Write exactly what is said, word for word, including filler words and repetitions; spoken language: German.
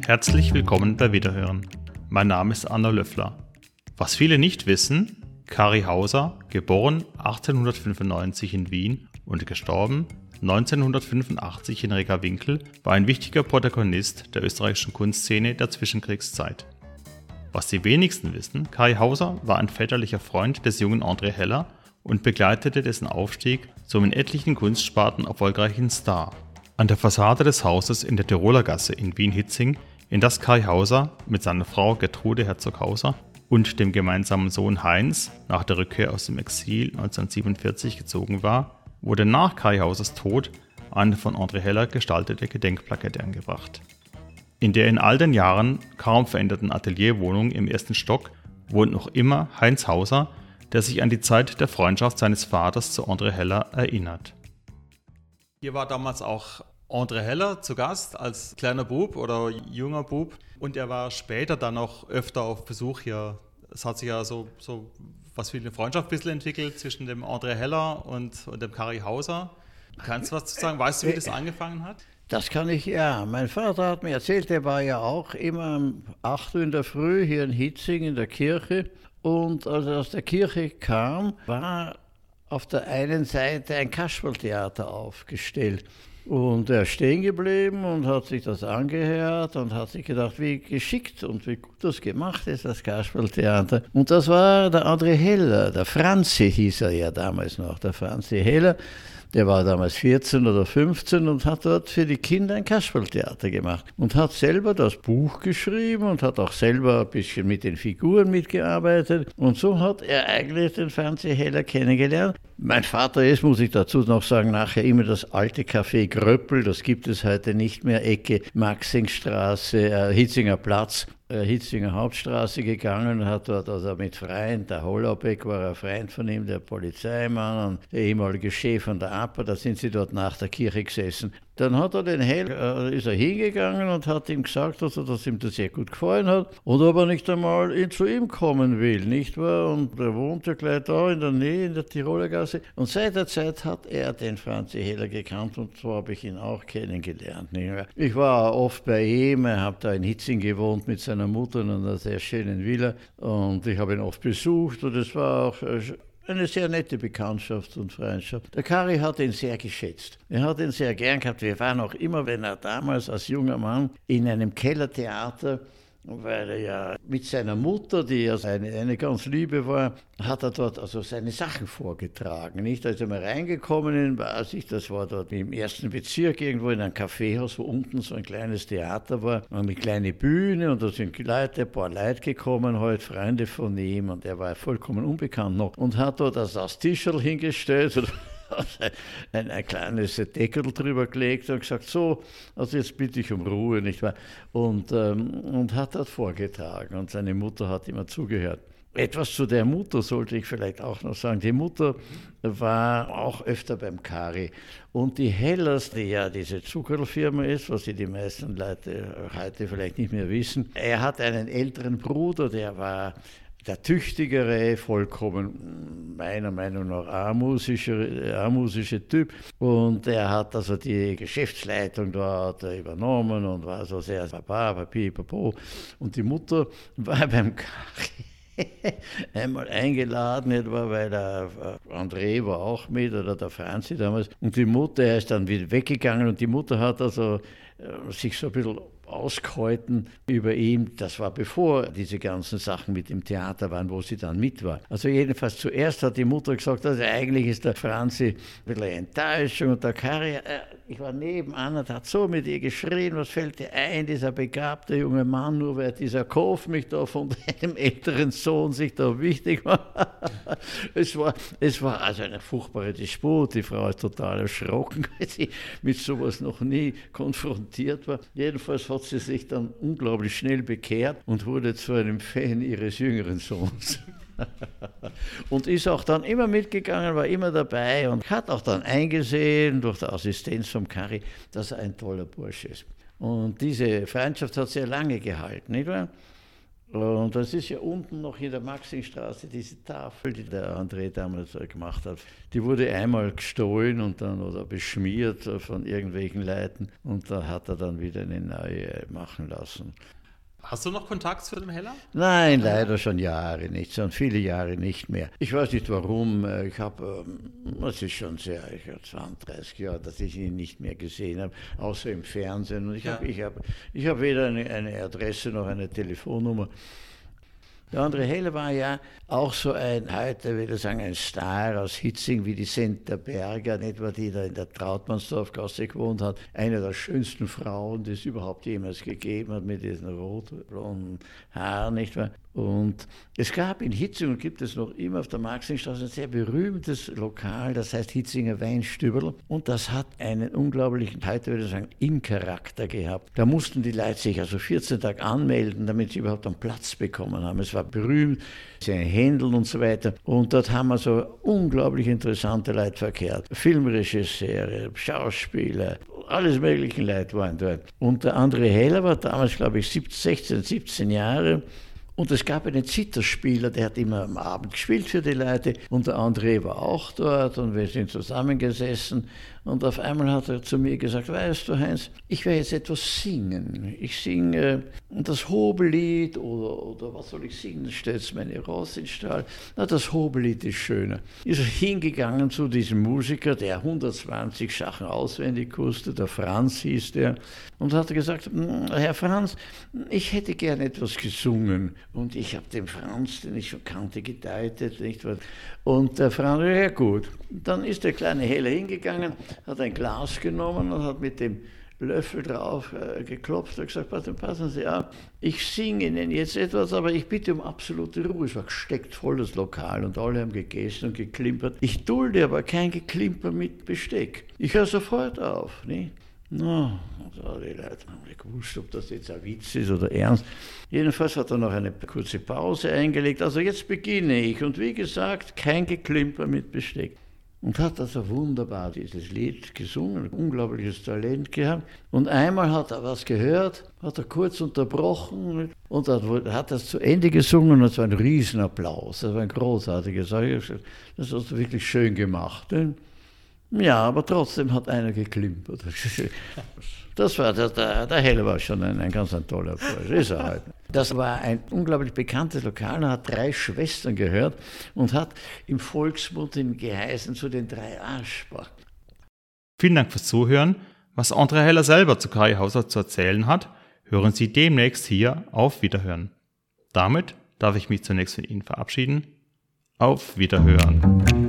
Herzlich willkommen bei Wiederhören. Mein Name ist Anna Löffler. Was viele nicht wissen, Kari Hauser, geboren achtzehnhundertfünfundneunzig in Wien und gestorben neunzehnhundertfünfundachtzig in Rega-Winkel, war ein wichtiger Protagonist der österreichischen Kunstszene der Zwischenkriegszeit. Was die wenigsten wissen, Kari Hauser war ein väterlicher Freund des jungen André Heller und begleitete dessen Aufstieg zum in etlichen Kunstsparten erfolgreichen Star. An der Fassade des Hauses in der Tiroler Gasse in Wien-Hietzing, in das Kari Hauser mit seiner Frau Gertrude Herzog-Hauser und dem gemeinsamen Sohn Heinz nach der Rückkehr aus dem Exil neunzehnhundertsiebenundvierzig gezogen war, wurde nach Kari Hausers Tod eine von André Heller gestaltete Gedenkplakette angebracht. In der in all den Jahren kaum veränderten Atelierwohnung im ersten Stock wohnt noch immer Heinz Hauser, der sich an die Zeit der Freundschaft seines Vaters zu André Heller erinnert. Hier war damals auch André Heller zu Gast als kleiner Bub oder junger Bub und er war später dann auch öfter auf Besuch hier. Es hat sich ja so, so was wie eine Freundschaft ein bisschen entwickelt zwischen dem André Heller und, und dem Kari Hauser. Kannst du was zu sagen? Weißt du, wie das angefangen hat? Das kann ich, ja. Mein Vater hat mir erzählt, der war ja auch immer um acht Uhr in der Früh hier in Hietzing in der Kirche. Und als er aus der Kirche kam, war auf der einen Seite ein Kasperltheater aufgestellt. Und er ist stehen geblieben und hat sich das angehört und hat sich gedacht, wie geschickt und wie gut das gemacht ist, das Kasperltheater. Und das war der André Heller, der Franzi hieß er ja damals noch, der Franzi Heller. Der war damals vierzehn oder fünfzehn und hat dort für die Kinder ein Kasperltheater gemacht und hat selber das Buch geschrieben und hat auch selber ein bisschen mit den Figuren mitgearbeitet. Und so hat er eigentlich den Franzi Heller kennengelernt. Mein Vater ist, muss ich dazu noch sagen, nachher immer das alte Café Gröppel, das gibt es heute nicht mehr, Ecke Maxingstraße, äh, Hitzinger Platz. Hitzinger Hauptstraße gegangen und hat dort also mit Freund, der Hollaubeck war ein Freund von ihm, der Polizeimann und der ehemalige Chef von der A P A, da sind sie dort nach der Kirche gesessen. Dann hat er den Hell, äh, ist er hingegangen und hat ihm gesagt, also, dass ihm das sehr gut gefallen hat und ob er nicht einmal in, zu ihm kommen will, nicht wahr? Und er wohnt ja gleich da in der Nähe, in der Tiroler Gasse. Und seit der Zeit hat er den Franzi Heller gekannt und so habe ich ihn auch kennengelernt. Nicht wahr? Ich war oft bei ihm, er hat da in Hietzing gewohnt mit seiner Mutter in einer sehr schönen Villa und ich habe ihn oft besucht und es war auch eine sehr nette Bekanntschaft und Freundschaft. Der Kari hat ihn sehr geschätzt. Er hat ihn sehr gern gehabt. Wir waren auch immer, wenn er damals als junger Mann in einem Kellertheater, weil er ja mit seiner Mutter, die ja eine, eine ganz Liebe war, hat er dort also seine Sachen vorgetragen. Nicht? Da ist er mal reingekommen, in, weiß ich, das war dort im ersten Bezirk irgendwo in einem Kaffeehaus, wo unten so ein kleines Theater war, eine kleine Bühne und da sind Leute, ein paar Leute gekommen, halt Freunde von ihm und er war vollkommen unbekannt noch und hat dort also das Tischl hingestellt und Ein, ein kleines Deckel drüber gelegt und gesagt, so, also jetzt bitte ich um Ruhe, nicht wahr? Und, ähm, und hat das vorgetragen und seine Mutter hat immer zugehört. Etwas zu der Mutter sollte ich vielleicht auch noch sagen. Die Mutter war auch öfter beim Kari. Und die Hellers, die ja diese Zuckerlfirma ist, was die meisten Leute heute vielleicht nicht mehr wissen, er hat einen älteren Bruder, der war der tüchtigere, vollkommen meiner Meinung nach amusische, amusische Typ. Und er hat also die Geschäftsleitung dort übernommen und war so sehr papa, papi, papo. Und die Mutter war beim Kari einmal eingeladen, etwa, weil der André war auch mit oder der Franzi damals. Und die Mutter, er ist dann wieder weggegangen und die Mutter hat also sich so ein bisschen ausgehalten über ihn. Das war bevor diese ganzen Sachen mit dem Theater waren, wo sie dann mit war. Also jedenfalls zuerst hat die Mutter gesagt, also eigentlich ist der Franzi ein bisschen eine Enttäuschung und der Kari, äh, ich war nebenan und hat so mit ihr geschrien, was fällt dir ein, dieser begabte junge Mann, nur weil dieser Kopf mich da von einem älteren Sohn sich da wichtig war. es war. Es war also eine furchtbare Disput, die Frau ist total erschrocken, weil sie mit sowas noch nie konfrontiert war. Jedenfalls hat sie sich dann unglaublich schnell bekehrt und wurde zu einem Fan ihres jüngeren Sohns. Und ist auch dann immer mitgegangen, war immer dabei und hat auch dann eingesehen durch die Assistenz vom Kari, dass er ein toller Bursche ist. Und diese Freundschaft hat sehr lange gehalten, nicht wahr? Und das ist ja unten noch in der Maxingstraße, diese Tafel, die der André damals gemacht hat. Die wurde einmal gestohlen und dann oder beschmiert von irgendwelchen Leuten und da hat er dann wieder eine neue machen lassen. Hast du noch Kontakt zu dem Heller? Nein, leider schon Jahre nicht, schon viele Jahre nicht mehr. Ich weiß nicht warum, ich habe, es ist schon sehr, ich habe zwanzig, dreißig Jahre, dass ich ihn nicht mehr gesehen habe, außer im Fernsehen. Und ich habe ich hab, ich hab weder eine, eine Adresse noch eine Telefonnummer. Der André Heller war ja auch so ein, heute würde ich sagen, ein Star aus Hitzing, wie die Senta Berger, etwa die da in der Trautmannsdorfgasse gewohnt hat. Eine der schönsten Frauen, die es überhaupt jemals gegeben hat, mit diesen rot-blonden Haaren, nicht wahr? Und es gab in Hitzing, und gibt es noch immer auf der Maxingstraße, ein sehr berühmtes Lokal, das heißt Hitzinger Weinstüberl. Und das hat einen unglaublichen, heute würde ich sagen, In-Charakter gehabt. Da mussten die Leute sich also vierzehn Tage anmelden, damit sie überhaupt einen Platz bekommen haben. Es war berühmt, seine Händel und so weiter. Und dort haben wir so unglaublich interessante Leute verkehrt. Filmregisseure, Schauspieler, alles mögliche Leute waren dort. Und der André Heller war damals, glaube ich, sechzehn, siebzehn Jahre. Und es gab einen Zitherspieler, der hat immer am Abend gespielt für die Leute. Und der André war auch dort und wir sind zusammengesessen. Und auf einmal hat er zu mir gesagt, weißt du, Heinz, ich werde jetzt etwas singen. Ich singe das Hobellied oder, oder was soll ich singen? Stellt meine Ross in den Stall. Na, das Hobellied ist schöner. Ist er hingegangen zu diesem Musiker, der hundertzwanzig Sachen auswendig wusste, der Franz hieß der, und hat gesagt, Herr Franz, ich hätte gern etwas gesungen. Und ich habe dem Franz, den ich schon kannte, gedeutet, nicht wahr? Und der Franz, ja gut. Dann ist der kleine Heller hingegangen, hat ein Glas genommen und hat mit dem Löffel drauf äh, geklopft und gesagt, passen, passen Sie auf, ich singe Ihnen jetzt etwas, aber ich bitte um absolute Ruhe. Es war gesteckt voll das Lokal und alle haben gegessen und geklimpert. Ich dulde aber kein Geklimper mit Besteck. Ich höre sofort auf. Nicht? No, also die Leute haben nicht gewusst, ob das jetzt ein Witz ist oder ernst. Jedenfalls hat er noch eine kurze Pause eingelegt. Also jetzt beginne ich. Und wie gesagt, kein Geklimper mit Besteck. Und hat also wunderbar dieses Lied gesungen, unglaubliches Talent gehabt. Und einmal hat er was gehört, hat er kurz unterbrochen und hat das zu Ende gesungen und es war ein Riesenapplaus. Das war ein großartiges. Das hast du wirklich schön gemacht. Ja, aber trotzdem hat einer geklimpert. Das war, der, der, der Heller war schon ein, ein ganz ein toller Erfolg. Ist er halt. Das war ein unglaublich bekanntes Lokal. Er hat drei Schwestern gehört und hat im Volksmund ihn geheißen zu den drei Aschbach. Vielen Dank fürs Zuhören. Was André Heller selber zu Kari Hauser zu erzählen hat, hören Sie demnächst hier auf Wiederhören. Damit darf ich mich zunächst von Ihnen verabschieden. Auf Wiederhören.